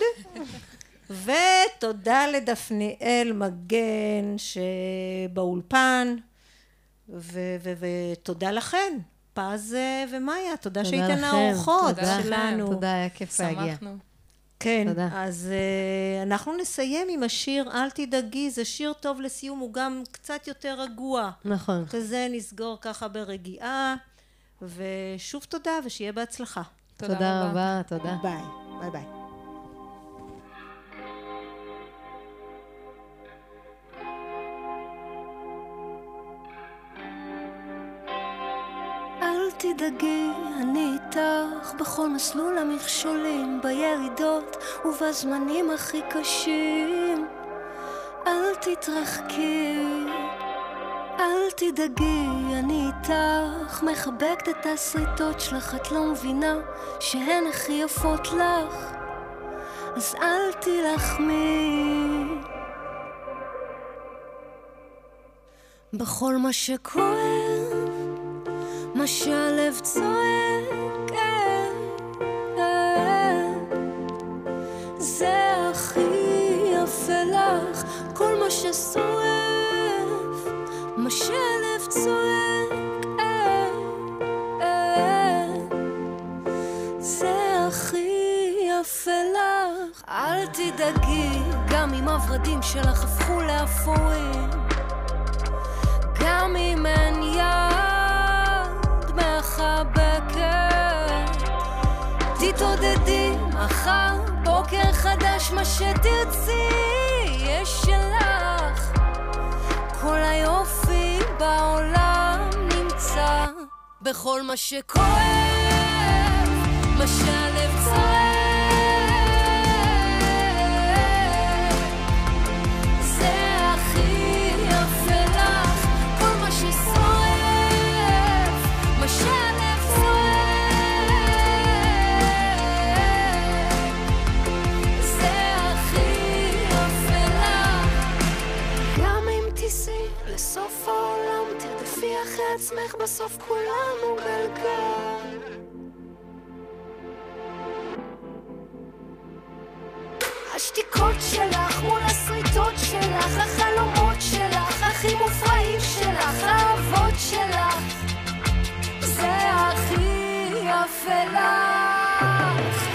ותודה לדפניאל מגן שבאולפן. ו- ו- ותודה לכן, פז ומאיה, תודה שהייתן לכם, האורחות תודה. שלנו. תודה, היה כיף להגיע. שמחנו. כן, תודה. אז uh, אנחנו נסיים עם השיר אל תדאגי, זה שיר טוב לסיום, הוא גם קצת יותר רגוע. נכון. כזה נסגור ככה ברגיעה, ושוב תודה ושיהיה בהצלחה. תודה רבה, תודה. ביי, ביי ביי. אל תדאגי, אני איתך בכל מסלול המכשולים, בירידות ובזמנים הכי קשים. אל תתרחקי, אל תדאגי, אני איתך מחבקת את הסריטות שלך, את לא מבינה שהן הכי יפות לך, אז אל תילחמי. בכל מה שכואב, מה שהלב צועק, זה הכי יפה לך. כל מה ששורף, מה שהלב צועק, זה הכי יפה לך. אל תדאגי, גם אם הורדים שלך הפכו לאפורים, גם אם אין יד מחבקת, תתעודדי, מחר בוקר חדש, מה שתרצי יש שלך. כל היופי בעולם נמצא בכל מה שכואב, מה שהלב צועק, זה הכי יפה לך. כל מה ששורף, מה שהלב צועק, זה הכי איך בסוף כולנו גלגל. השתיקות שלך מול הסריטות שלך, החלומות שלך, הכי מופרעים שלך, האהבות שלך, זה הכי יפה לך.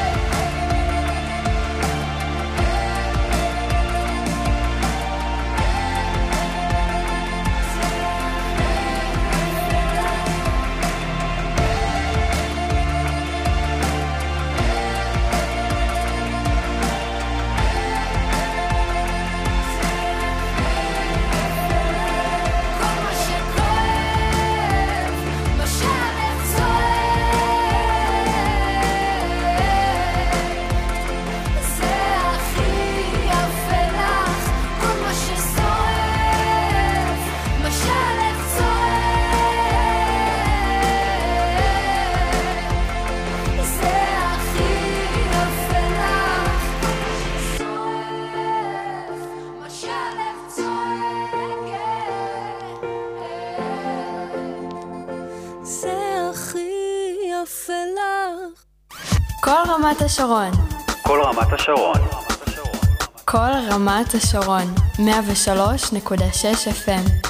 כל רמת השרון. כל רמת השרון. כל רמת השרון. מאה ושלוש נקודה שש אף אם.